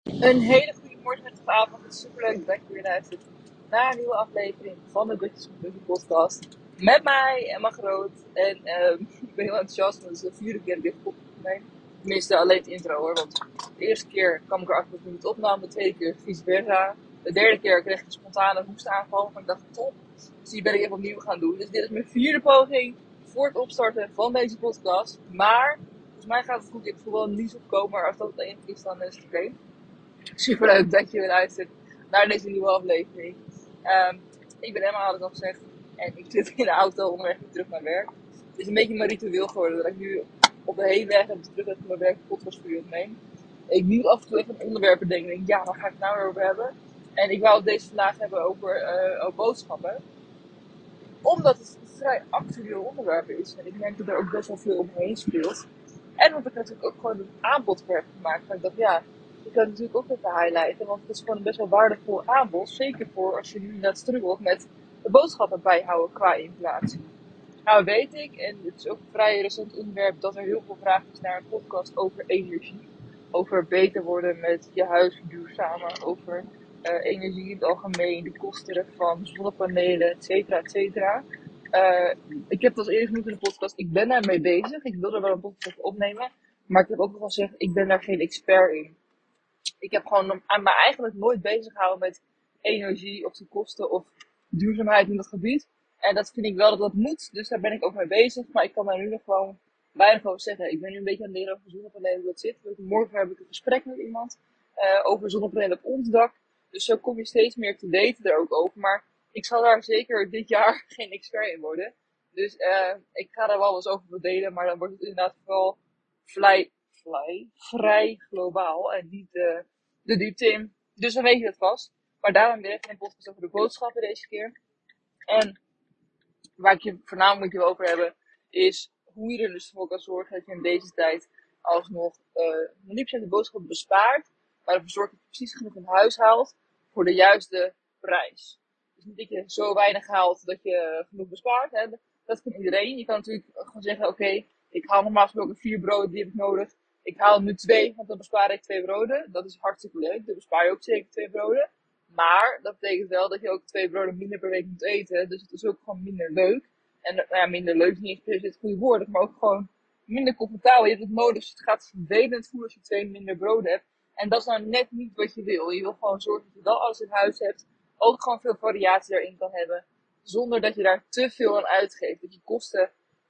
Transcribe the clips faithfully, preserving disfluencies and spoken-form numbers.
Een hele goede morgen of avond. Het is superleuk dat je weer luistert naar een nieuwe aflevering van de Dutchess van Dutch podcast. Met mij, Emma Groot. En ehm ik ben heel enthousiast, want het is de vierde keer dat ik dit podcast opneem. Tenminste, alleen het intro hoor. Want de eerste keer kwam ik erachter dat ik niet opnam. De tweede keer vice versa. De derde keer kreeg ik een spontane hoestaanval. Maar ik dacht, top. Dus die ben ik even opnieuw gaan doen. Dus dit is mijn vierde poging voor het opstarten van deze podcast. Maar volgens mij gaat het goed. Ik heb wel nieuws opkomen. Maar als dat het enige is, dan is het oké. Super leuk dat je weer luistert naar deze nieuwe aflevering. Um, ik ben Emma, had ik al gezegd. En ik zit in de auto onderweg weer terug naar werk. Het is een beetje mijn ritueel geworden dat ik nu op de heenweg en terug naar mijn werk de podcast voor je opneem. Ik nu af en toe even een onderwerp bedenken. Denk, ja, waar ga ik het nou weer over hebben? En ik wou het deze vandaag hebben over, uh, over boodschappen. Omdat het een vrij actueel onderwerp is. En ik merk dat er ook best wel veel omheen speelt. En omdat ik natuurlijk ook gewoon een aanbod voor heb gemaakt. Maar ik dacht, ja, ik kan het natuurlijk ook even highlighten. Want het is gewoon een best wel waardevol aanbod. Zeker voor als je nu net struggelt met de boodschappen bijhouden qua inflatie. Nou weet ik, en het is ook een vrij recent onderwerp, dat er heel veel vraag is naar een podcast over energie. Over beter worden met je huis verduurzamen. Over uh, energie in het algemeen, de kosten ervan, zonnepanelen, et cetera, et cetera. Uh, ik heb het als eerder genoemd in de podcast, ik ben daarmee bezig. Ik wil er wel een podcast over opnemen. Maar ik heb ook nog wel gezegd, ik ben daar geen expert in. Ik heb gewoon aan me eigenlijk nooit bezig gehouden met energie of de kosten of duurzaamheid in dat gebied. En dat vind ik wel dat dat moet, dus daar ben ik ook mee bezig. Maar ik kan daar nu nog gewoon weinig over zeggen. Ik ben nu een beetje aan het leren over zonnepanelen, hoe dat zit. Morgen heb ik een gesprek met iemand uh, over zonnepanelen op ons dak. Dus zo kom je steeds meer te weten er ook over. Maar ik zal daar zeker dit jaar geen expert in worden. Dus uh, ik ga daar wel eens over verdelen, maar dan wordt het inderdaad vooral vrij, vrij, vrij globaal en niet uh, de diepte in. Dus dan weet je het vast. Maar daarom weer even een podcast over de boodschappen deze keer. En waar ik je voornamelijk wil over hebben, is hoe je er dus voor kan zorgen dat je in deze tijd alsnog uh, niet per de boodschappen bespaart, maar ervoor zorgt dat je precies genoeg in huis haalt voor de juiste prijs. Dus niet dat je zo weinig haalt dat je genoeg bespaart. Hè. Dat kan iedereen. Je kan natuurlijk gewoon zeggen, oké, okay, ik haal normaal gesproken vier broden, die heb ik nodig. Ik haal nu twee, want dan bespaar ik twee broden. Dat is hartstikke leuk. Dan bespaar je ook zeker twee broden. Maar dat betekent wel dat je ook twee broden minder per week moet eten. Dus het is ook gewoon minder leuk. En nou ja, minder leuk is niet eens het goede woord, maar ook gewoon minder comfortabel. Je hebt het nodig, dus het gaat vervelend voelen als je twee minder broden hebt. En dat is nou net niet wat je wil. Je wil gewoon zorgen dat je wel alles in huis hebt. Ook gewoon veel variatie daarin kan hebben. Zonder dat je daar te veel aan uitgeeft. Dat je kosten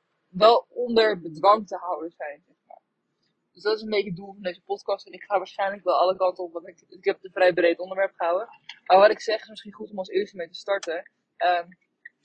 wel onder bedwang te houden zijn. Zeg maar. Dus dat is een beetje het doel van deze podcast. En ik ga waarschijnlijk wel alle kanten op, want ik, ik heb het een vrij breed onderwerp gehouden. Maar wat ik zeg is misschien goed om als eerste mee te starten. Um,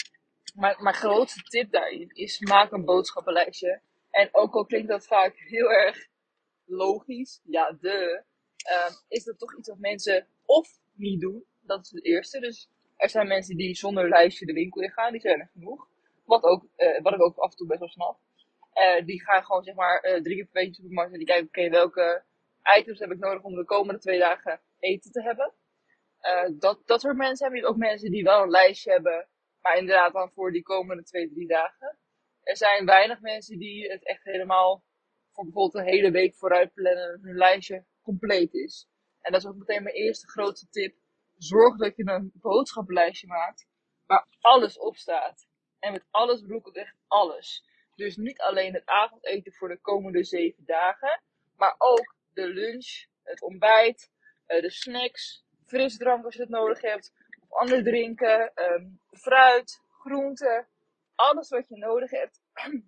maar mijn grootste tip daarin is, maak een boodschappenlijstje. En ook al klinkt dat vaak heel erg logisch, ja de, um, is dat toch iets wat mensen of niet doen. Dat is het eerste. Dus er zijn mensen die zonder lijstje de winkel in gaan, die zijn er genoeg. Wat, ook, uh, wat ik ook af en toe best wel snap. Uh, die gaan gewoon zeg maar uh, drie keer per week in de supermarkt en die kijken, oké, okay, welke items heb ik nodig om de komende twee dagen eten te hebben. Uh, dat, dat soort mensen hebben. Je hebt ook mensen die wel een lijstje hebben, maar inderdaad dan voor die komende twee, drie dagen. Er zijn weinig mensen die het echt helemaal voor bijvoorbeeld een hele week vooruit plannen dat hun lijstje compleet is. En dat is ook meteen mijn eerste grootste tip. Zorg dat je een boodschappenlijstje maakt waar alles op staat. En met alles bedoel ik ook echt alles. Dus niet alleen het avondeten voor de komende zeven dagen, maar ook de lunch, het ontbijt, de snacks, frisdrank als je dat nodig hebt, of ander drinken, um, fruit, groenten, alles wat je nodig hebt.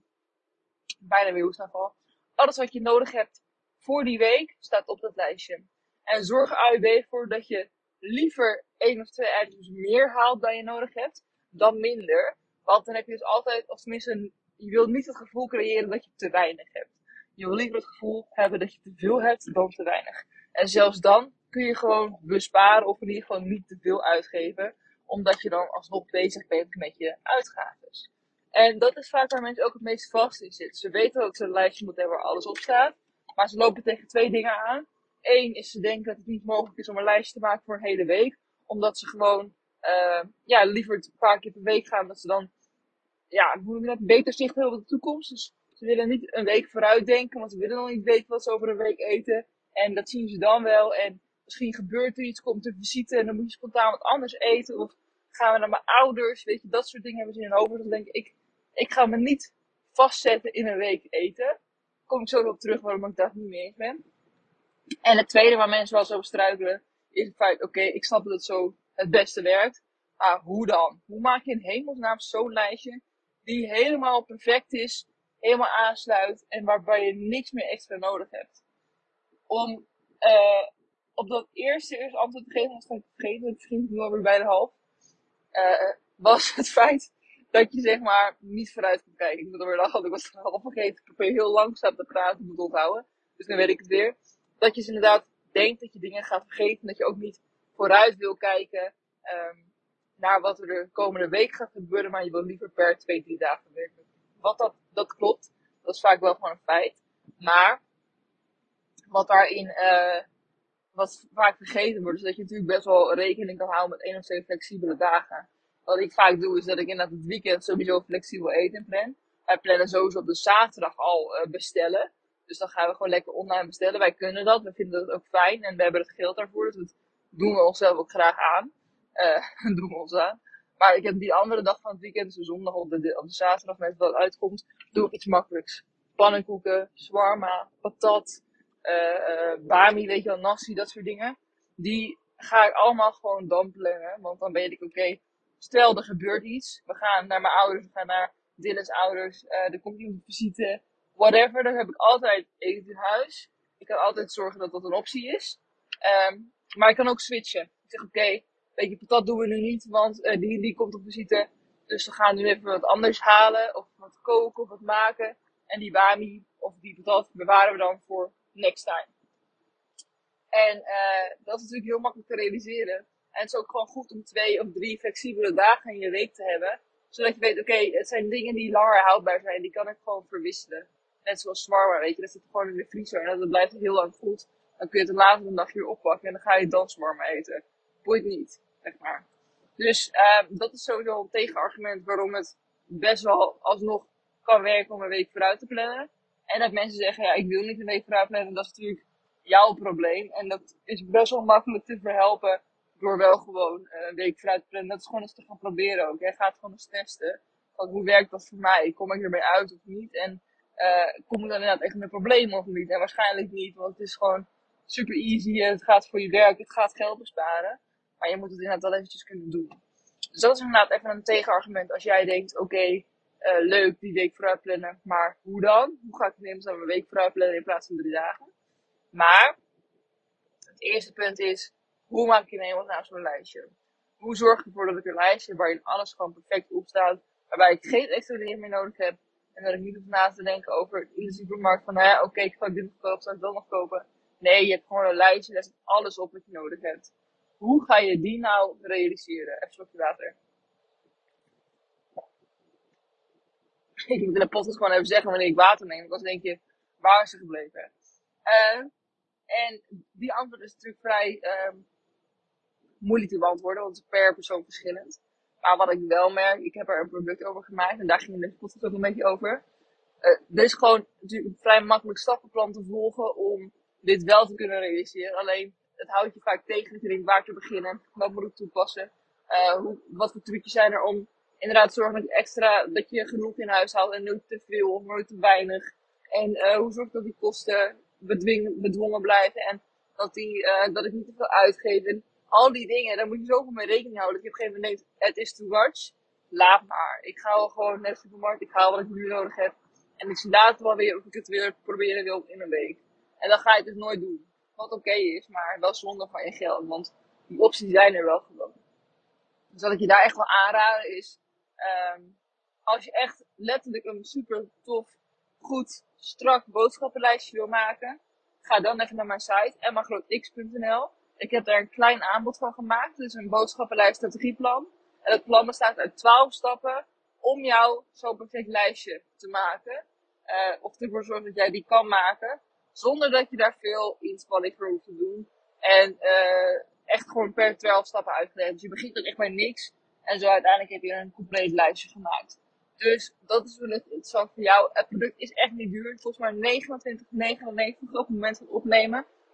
Bijna weer hoestaanval. Alles wat je nodig hebt voor die week staat op dat lijstje. En zorg er A U B voor dat je liever één of twee items meer haalt dan je nodig hebt, dan minder. Want dan heb je dus altijd, of tenminste, je wilt niet het gevoel creëren dat je te weinig hebt. Je wil liever het gevoel hebben dat je te veel hebt dan te weinig. En zelfs dan kun je gewoon besparen of in ieder geval niet te veel uitgeven. Omdat je dan alsnog bezig bent met je uitgaven. En dat is vaak waar mensen ook het meest vast in zitten. Ze weten dat ze een lijstje moeten hebben waar alles op staat. Maar ze lopen tegen twee dingen aan. Eén is ze denken dat het niet mogelijk is om een lijstje te maken voor een hele week. Omdat ze gewoon uh, ja, liever een paar keer per week gaan. Dat ze dan ja, hoe noem je dat, beter zicht hebben op de toekomst. Dus ze willen niet een week vooruit denken. Want ze willen nog niet weten wat ze over een week eten. En dat zien ze dan wel. En misschien gebeurt er iets, komt er visite en dan moet je spontaan wat anders eten. Of gaan we naar mijn ouders, weet je, dat soort dingen hebben ze in hun hoofd. Dus dan denk ik, ik, ik ga me niet vastzetten in een week eten. Kom ik zo op terug waarom ik daar niet mee eens ben. En het tweede waar mensen wel eens over struikelen, is het feit, oké, okay, ik snap dat het zo het beste werkt. Maar hoe dan? Hoe maak je in hemelsnaam zo'n lijstje die helemaal perfect is, helemaal aansluit en waarbij je niks meer extra nodig hebt? Om uh, op dat eerste, eerste antwoord te geven, dat ga ik vergeten, dat vergeet ik nu alweer bij de half. Uh, was het feit dat je zeg maar niet vooruit kunt kijken. Ik moet alweer lachen, want ik was het half vergeten. Ik probeer heel langzaam te praten, moet onthouden. Dus dan weet ik het weer. Dat je dus inderdaad denkt dat je dingen gaat vergeten. Dat je ook niet vooruit wil kijken um, naar wat er de komende week gaat gebeuren. Maar je wil liever per twee, drie dagen werken. Wat dat, dat klopt. Dat is vaak wel gewoon een feit. Maar wat daarin uh, wat vaak vergeten wordt, is dat je natuurlijk best wel rekening kan houden met één of twee flexibele dagen. Wat ik vaak doe, is dat ik inderdaad het weekend sowieso flexibel eten plan. Wij plannen sowieso op de zaterdag al uh, bestellen. Dus dan gaan we gewoon lekker online bestellen. Wij kunnen dat, we vinden dat ook fijn en we hebben het geld daarvoor. Dus dat doen we onszelf ook graag aan. Uh, doen we ons aan. Maar ik heb die andere dag van het weekend, dus de zondag of de, of de zaterdag, net wat uitkomt, doe ik iets makkelijks. Pannenkoeken, shawarma, patat, uh, uh, bami, weet je wel, nasi, dat soort dingen. Die ga ik allemaal gewoon dan plannen. Want dan weet ik, oké, okay, stel er gebeurt iets. We gaan naar mijn ouders, we gaan naar Dylan's ouders, uh, er komt iemand op visite, whatever. Dan heb ik altijd eten in huis. Ik kan altijd zorgen dat dat een optie is. Um, maar ik kan ook switchen. Ik zeg, oké, okay, weet je, patat doen we nu niet, want uh, die, die komt op visite. Dus we gaan nu even wat anders halen, of wat koken, of wat maken. En die bami, of die patat, bewaren we dan voor next time. En uh, dat is natuurlijk heel makkelijk te realiseren. En het is ook gewoon goed om twee of drie flexibele dagen in je week te hebben. Zodat je weet, oké, okay, het zijn dingen die langer houdbaar zijn. Die kan ik gewoon verwisselen. Net zoals shawarma, weet je. Dat zit gewoon in de vriezer en dat blijft heel lang goed. Dan kun je het later een dag weer oppakken en dan ga je dan shawarma eten. Boeit niet, zeg maar. Dus uh, dat is sowieso een tegenargument waarom het best wel alsnog kan werken om een week vooruit te plannen. En dat mensen zeggen, ja, ik wil niet een week vooruit plannen. Dat is natuurlijk jouw probleem. En dat is best wel makkelijk te verhelpen door wel gewoon een week vooruit te plannen. Dat is gewoon eens te gaan proberen ook. Jij gaat gewoon eens testen. Van, hoe werkt dat voor mij? Kom ik ermee uit of niet? En uh, kom ik dan inderdaad echt met problemen of niet? En waarschijnlijk niet, want het is gewoon super easy. Het gaat voor je werk, het gaat geld besparen. Maar je moet het inderdaad wel eventjes kunnen doen. Dus dat is inderdaad even een tegenargument. Als jij denkt, oké, okay, uh, leuk die week vooruit plannen. Maar hoe dan? Hoe ga ik het nemen een week vooruit plannen in plaats van drie dagen? Maar het eerste punt is, hoe maak je nou nou zo'n lijstje? Hoe zorg ik ervoor dat ik een lijstje waarin alles gewoon perfect op staat, waarbij ik geen extra dingen meer nodig heb en dat ik niet hoef na te denken over in de supermarkt van, oké, okay, ik ga dit nog kopen, zal ik dat nog kopen? Nee, je hebt gewoon een lijstje, daar zit alles op wat je nodig hebt. Hoe ga je die nou realiseren? Even een slokje water. Ik moet in de podcast gewoon even zeggen wanneer ik water neem, want dan denk je, waar is ze gebleven? Uh, En die antwoord is natuurlijk vrij um, moeilijk te beantwoorden, want het is per persoon verschillend. Maar wat ik wel merk, ik heb er een product over gemaakt en daar ging deze podcast ook een beetje over. Uh, er is gewoon natuurlijk een vrij makkelijk stappenplan te volgen om dit wel te kunnen realiseren. Alleen, het houdt je vaak tegen dat je denkt waar te beginnen, wat moet ik toepassen. Uh, hoe, wat voor trucjes zijn er om inderdaad te zorgen dat je extra, dat je genoeg in huis haalt en nooit te veel of nooit te weinig. En uh, hoe zorg ik dat die kosten bedwingen, bedwongen blijven en dat, die, uh, dat ik niet te veel uitgeef. En al die dingen, daar moet je zoveel mee rekening houden. Dat je op een gegeven moment denkt, het is too much. Laat maar. Ik ga wel gewoon naar de supermarkt, ik haal wat ik nu nodig heb. En ik zie later wel weer of ik het weer proberen wil in een week. En dan ga je het dus nooit doen. Wat oké okay is, maar wel zonde van je geld. Want die opties zijn er wel gewoon. Dus wat ik je daar echt wel aanraden is, um, als je echt letterlijk een super tof, goed, strak boodschappenlijstje wil maken, ga dan even naar mijn site, emma groot x punt n l. Ik heb daar een klein aanbod van gemaakt. Dus een boodschappenlijst strategieplan. En dat plan bestaat uit twaalf stappen om jou zo'n perfect lijstje te maken. Uh, of ervoor zorgen dat jij die kan maken. Zonder dat je daar veel inspanning voor hoeft te doen. En uh, echt gewoon per twaalf stappen uitgelegd. Dus je begint ook echt bij niks. En zo uiteindelijk heb je een compleet lijstje gemaakt. Dus dat is wel interessant voor jou. Het product is echt niet duur. Het kost maar negenentwintig negenennegentig op het moment van opnemen.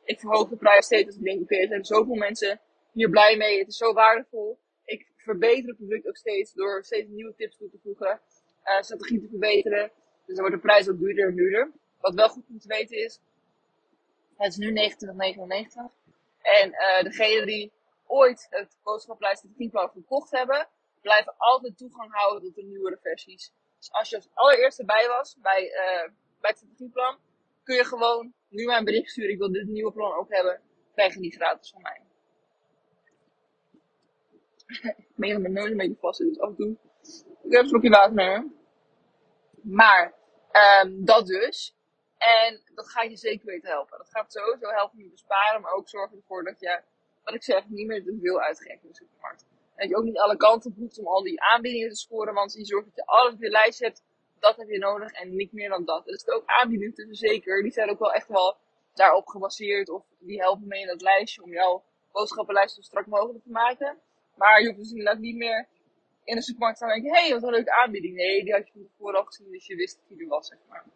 Ik verhoog de prijs steeds als ik denk, oké, okay, er zijn zoveel mensen hier blij mee. Het is zo waardevol. Ik verbeter het product ook steeds door steeds nieuwe tips toe te voegen. Uh, strategie te verbeteren. Dus dan wordt de prijs ook duurder en duurder. Wat wel goed om te weten is, het is nu negenentwintig negenennegentig. En uh, degenen die ooit het boodschappenlijst strategieplan gekocht hebben, blijven altijd toegang houden tot de nieuwere versies. Dus als je als allereerste bij was bij, uh, bij het strategieplan, kun je gewoon nu mijn bericht sturen. Ik wil dit nieuwe plan ook hebben. Krijg je die gratis van mij. Ik meen dat mijn neus een beetje vast is, dus af en toe. Ik heb een slokje water nemen. Maar um, dat dus. En dat gaat je zeker weten helpen. Dat gaat sowieso helpen je besparen, maar ook zorgen ervoor dat je, wat ik zeg, niet meer te veel uitgeeft in de supermarkt. En dat je ook niet alle kanten op hoeft om al die aanbiedingen te scoren, want je zorgt dat je alles op je lijst hebt. Dat heb je nodig en niet meer dan dat. Er zitten ook aanbiedingen tussen, zeker. Die zijn ook wel echt wel daarop gebaseerd. Of die helpen mee in dat lijstje om jouw boodschappenlijst zo strak mogelijk te maken. Maar je hoeft dus inderdaad niet meer in de supermarkt te staan en denk je, hé, hey, wat een leuke aanbieding. Nee, die had je van tevoren al gezien, dus je wist dat die er was, zeg maar.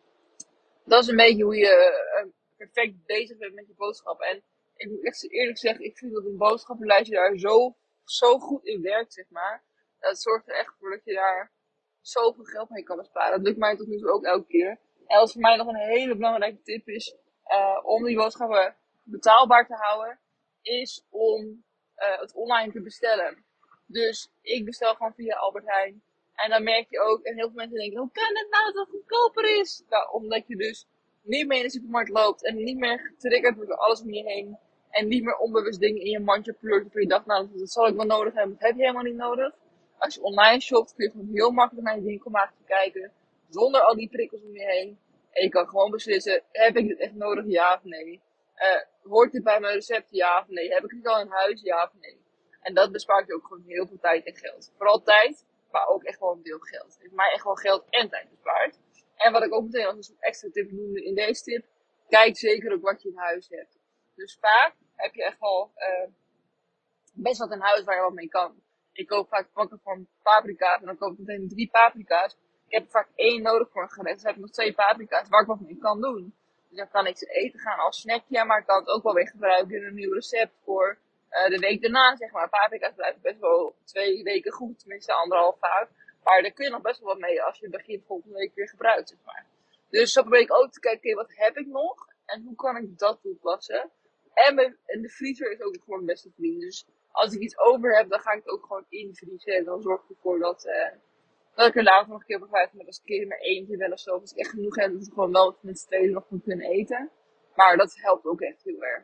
Dat is een beetje hoe je uh, perfect bezig bent met je boodschappen. En ik moet echt eerlijk zeggen, ik vind dat een boodschappenlijstje daar zo, zo goed in werkt, zeg maar. Dat zorgt er echt voor dat je daar zoveel geld mee kan besparen. Dat lukt mij tot nu toe ook elke keer. En wat voor mij nog een hele belangrijke tip is, uh, om die boodschappen betaalbaar te houden, is om uh, het online te bestellen. Dus ik bestel gewoon via Albert Heijn. En dan merk je ook, en heel veel mensen denken, hoe kan het nou dat het goedkoper is? Nou, omdat je dus niet meer in de supermarkt loopt en niet meer getriggerd wordt door alles om je heen. En niet meer onbewust dingen in je mandje pleurt op je dag. Nou, dat zal ik wel nodig hebben, dat heb je helemaal niet nodig. Als je online shopt, kun je gewoon heel makkelijk naar je winkelmaatje kijken. Zonder al die prikkels om je heen. En je kan gewoon beslissen, heb ik dit echt nodig, ja of nee? Uh, hoort dit bij mijn recept, ja of nee? Heb ik het al in huis, ja of nee? En dat bespaart je ook gewoon heel veel tijd en geld. Vooral tijd, maar ook echt wel een deel geld. Het heeft mij echt wel geld en tijd bespaard. En wat ik ook meteen als een soort extra tip noemde in deze tip, kijk zeker ook wat je in huis hebt. Dus vaak heb je echt wel uh, best wat in huis waar je wat mee kan. Ik koop vaak pakken van paprika's en dan koop ik meteen drie paprika's. Ik heb vaak één nodig voor een gerecht, dus heb ik nog twee paprika's waar ik wat mee kan doen. Dus dan kan ik ze eten gaan als snackje, maar ik kan het ook wel weer gebruiken in een nieuw recept voor uh, de week daarna, zeg maar. Paprika's blijven best wel twee weken goed, tenminste anderhalf vaak. Maar daar kun je nog best wel wat mee als je het begin volgende week weer gebruikt, zeg maar. Dus zo probeer ik ook te kijken, okay, wat heb ik nog en hoe kan ik dat toepassen. En, mijn, en de vriezer is ook gewoon mijn beste vriend. Dus als ik iets over heb, dan ga ik het ook gewoon invriezen. En dan zorg ik ervoor dat, uh, dat ik er later nog een keer begrijp met als een keer maar eentje wel of zo. Als ik echt genoeg heb, dat we gewoon wel met z'n tweeën nog van kunnen eten. Maar dat helpt ook echt heel erg.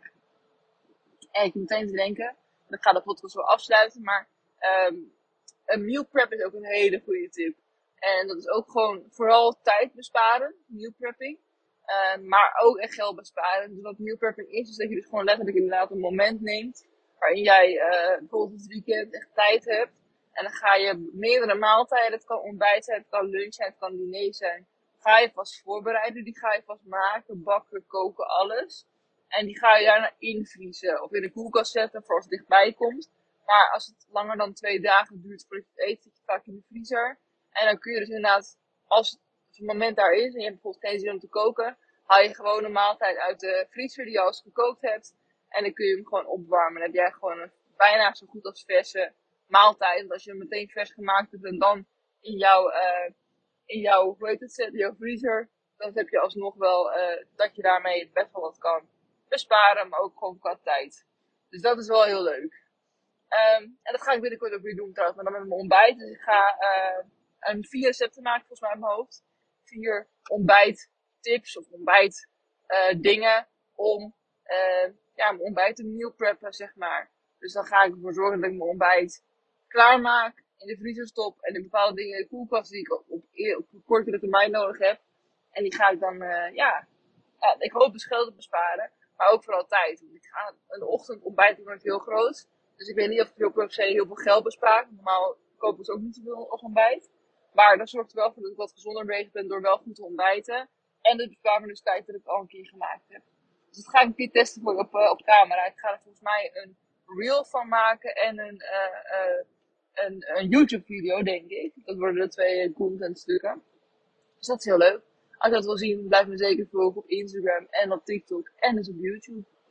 En ik moet meteen te denken, ik ga de podcast wel afsluiten, maar um, een meal prep is ook een hele goede tip. En dat is ook gewoon vooral tijd besparen, meal prepping. Uh, maar ook echt geld besparen. Dus wat meal prepping is, is dat je dus gewoon letterlijk inderdaad een moment neemt waarin jij uh, bijvoorbeeld het weekend echt tijd hebt. En dan ga je meerdere maaltijden, het kan ontbijt zijn, het kan lunch zijn, het kan diner zijn. Ga je vast voorbereiden, die ga je vast maken, bakken, koken, alles. En die ga je daarna invriezen of in de koelkast zetten voor als het dichtbij komt. Maar als het langer dan twee dagen duurt voordat je het eet, zit je vaak in de vriezer. En dan kun je dus inderdaad, als het moment daar is en je hebt bijvoorbeeld geen zin om te koken, haal je gewoon een maaltijd uit de vriezer die je al eens gekookt hebt. En dan kun je hem gewoon opwarmen. Dan heb jij gewoon een bijna zo goed als verse maaltijd. Want als je hem meteen vers gemaakt hebt en dan in jouw, uh, in jouw, hoe heet het, zet, jouw vriezer, dan heb je alsnog wel uh, dat je daarmee best wel wat kan besparen, maar ook gewoon qua tijd. Dus dat is wel heel leuk. Um, en dat ga ik binnenkort ook weer doen trouwens, maar dan met mijn ontbijt. Dus ik ga uh, een vier recepten maken volgens mij in mijn hoofd. Vier ontbijttips of ontbijt uh, dingen om uh, ja, mijn ontbijt te meal preppen, zeg maar. Dus dan ga ik ervoor zorgen dat ik mijn ontbijt klaarmaak, in de vriezer stop en in bepaalde dingen in de koelkast die ik op, op, op kortere termijn nodig heb. En die ga ik dan, uh, ja, ja, ik hoop dus geld te besparen, maar ook vooral tijd. Want ik ga een ochtend ontbijt wordt heel groot. Dus ik weet niet of ik per se heel veel geld bespaar. Normaal koop ik dus ook niet zoveel als ontbijt. Maar dat zorgt er wel voor dat ik wat gezonder bezig ben door wel goed te ontbijten. En dat bespaart me dus tijd dat ik het al een keer gemaakt heb. Dus dat ga ik een keer testen voor op, uh, op camera. Ik ga er volgens mij een reel van maken en een, uh, uh, een, een YouTube video, denk ik. Dat worden de twee contentstukken. Dus dat is heel leuk. Als je dat wil zien, blijf me zeker volgen op Instagram en op TikTok en dus op YouTube.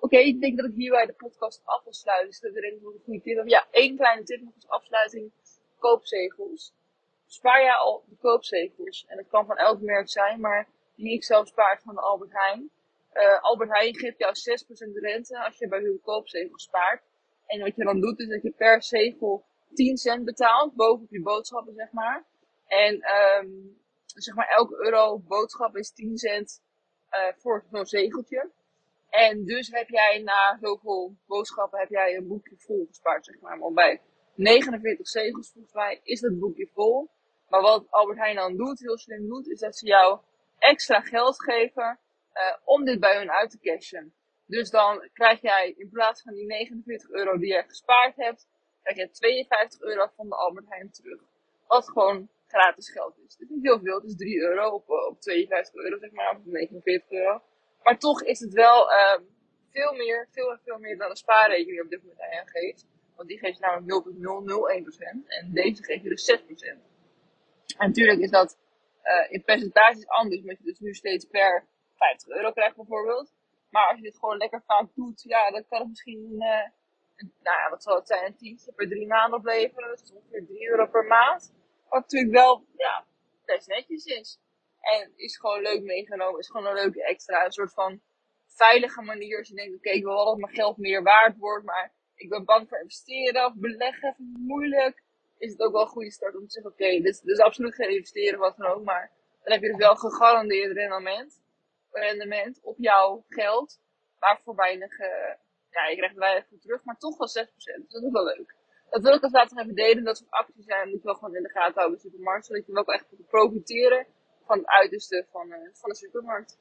Oké, ik denk dat ik hierbij de podcast af wil sluiten. Dus dat is denk ik nog een goede tip. Ja, één kleine tip nog als afsluiting. Koopzegels. Spaar jij al de koopzegels? En dat kan van elk merk zijn, maar die ik zelf spaar van de Albert Heijn. Uh, Albert Heijn geeft jou zes procent rente als je bij hun koopzegels spaart. En wat je dan doet, is dat je per zegel tien cent betaalt, bovenop je boodschappen, zeg maar. En um, zeg maar elke euro boodschap is tien cent uh, voor zo'n zegeltje. En dus heb jij na zoveel boodschappen heb jij een boekje vol gespaard, zeg maar. Want bij negenenveertig zegels volgens mij is dat boekje vol. Maar wat Albert Heijn dan doet, heel slim doet, is dat ze jou extra geld geven uh, om dit bij hun uit te cashen. Dus dan krijg jij in plaats van die negenenveertig euro die je gespaard hebt, krijg je tweeënvijftig euro van de Albert Heijn terug. Wat gewoon gratis geld is. Het is niet heel veel, het is drie euro op, op tweeënvijftig euro, zeg maar, of negenenveertig euro. Maar toch is het wel uh, veel meer, veel en veel meer dan een spaarrekening op dit moment aan je geeft. Want die geeft je namelijk nul komma nul nul één procent en deze geeft je dus zes procent. En natuurlijk is dat uh, in percentages anders, omdat je dus nu steeds per vijftig euro krijgt bijvoorbeeld. Maar als je dit gewoon lekker vaak doet, ja, dan kan het misschien, uh, een, nou ja, wat zal het zijn, een tientje per drie maanden opleveren. Dat is ongeveer drie euro per maand. Wat natuurlijk wel, ja, best netjes is. En is gewoon leuk meegenomen, is gewoon een leuke extra, een soort van veilige manier. Als je denkt, oké, okay, ik wil wel dat mijn geld meer waard wordt, maar ik ben bang voor investeren of beleggen, vind ik moeilijk. Is het ook wel een goede start om te zeggen, oké, okay, dit, dit is absoluut geen investeren, wat dan ook, maar dan heb je dus wel gegarandeerd rendement, rendement op jouw geld, maar voor weinig, uh, ja, je krijgt er weinig voor terug, maar toch wel zes procent, dus dat is wel leuk. Dat wil ik als laatste even delen, dat soort acties zijn, moet je wel gewoon in de gaten houden bij de supermarkt, zodat je wel echt kunt profiteren van het uiterste van, uh, van de supermarkt.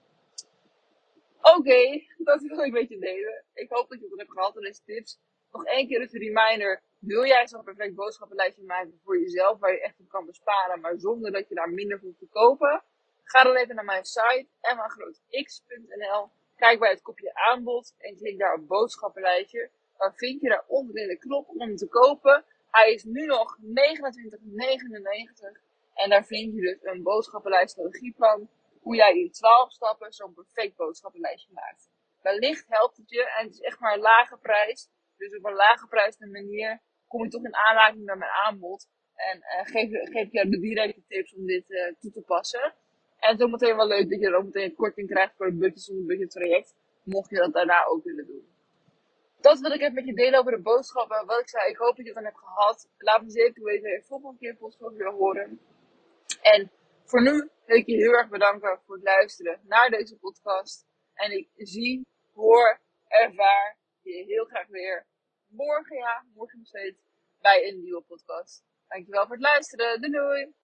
Oké, okay, dat wil ik met je delen. Ik hoop dat je het hebt gehad aan deze tips. Nog één keer dus een reminder. Wil jij zo'n perfect boodschappenlijstje maken voor jezelf, waar je echt op kan besparen, maar zonder dat je daar minder voor hoeft te kopen? Ga dan even naar mijn site, emma groot x punt n l. Kijk bij het kopje aanbod en klik daar op boodschappenlijstje. Dan vind je daar onderin de knop om te kopen. Hij is nu nog negenentwintig negenennegentig. En daar vind je dus een boodschappenlijst strategieplan. Hoe jij in twaalf stappen zo'n perfect boodschappenlijstje maakt. Wellicht helpt het je en het is echt maar een lage prijs. Dus op een lage prijs manier kom je toch in aanraking met mijn aanbod. En uh, geef, geef ik jou de directe tips om dit uh, toe te passen. En het is ook meteen wel leuk dat je er ook meteen korting krijgt voor het budget zonder budget traject. Mocht je dat daarna ook willen doen. Dat wil ik even met je delen over de boodschappen. Wat ik zei, ik hoop dat je het dan hebt gehad. Laat me zeker weten of je volgende keer podcast wil horen. En voor nu wil ik je heel erg bedanken voor het luisteren naar deze podcast. En ik zie, hoor, ervaar je heel graag weer morgen, ja, morgen nog steeds, bij een nieuwe podcast. Dankjewel voor het luisteren. Doei doei!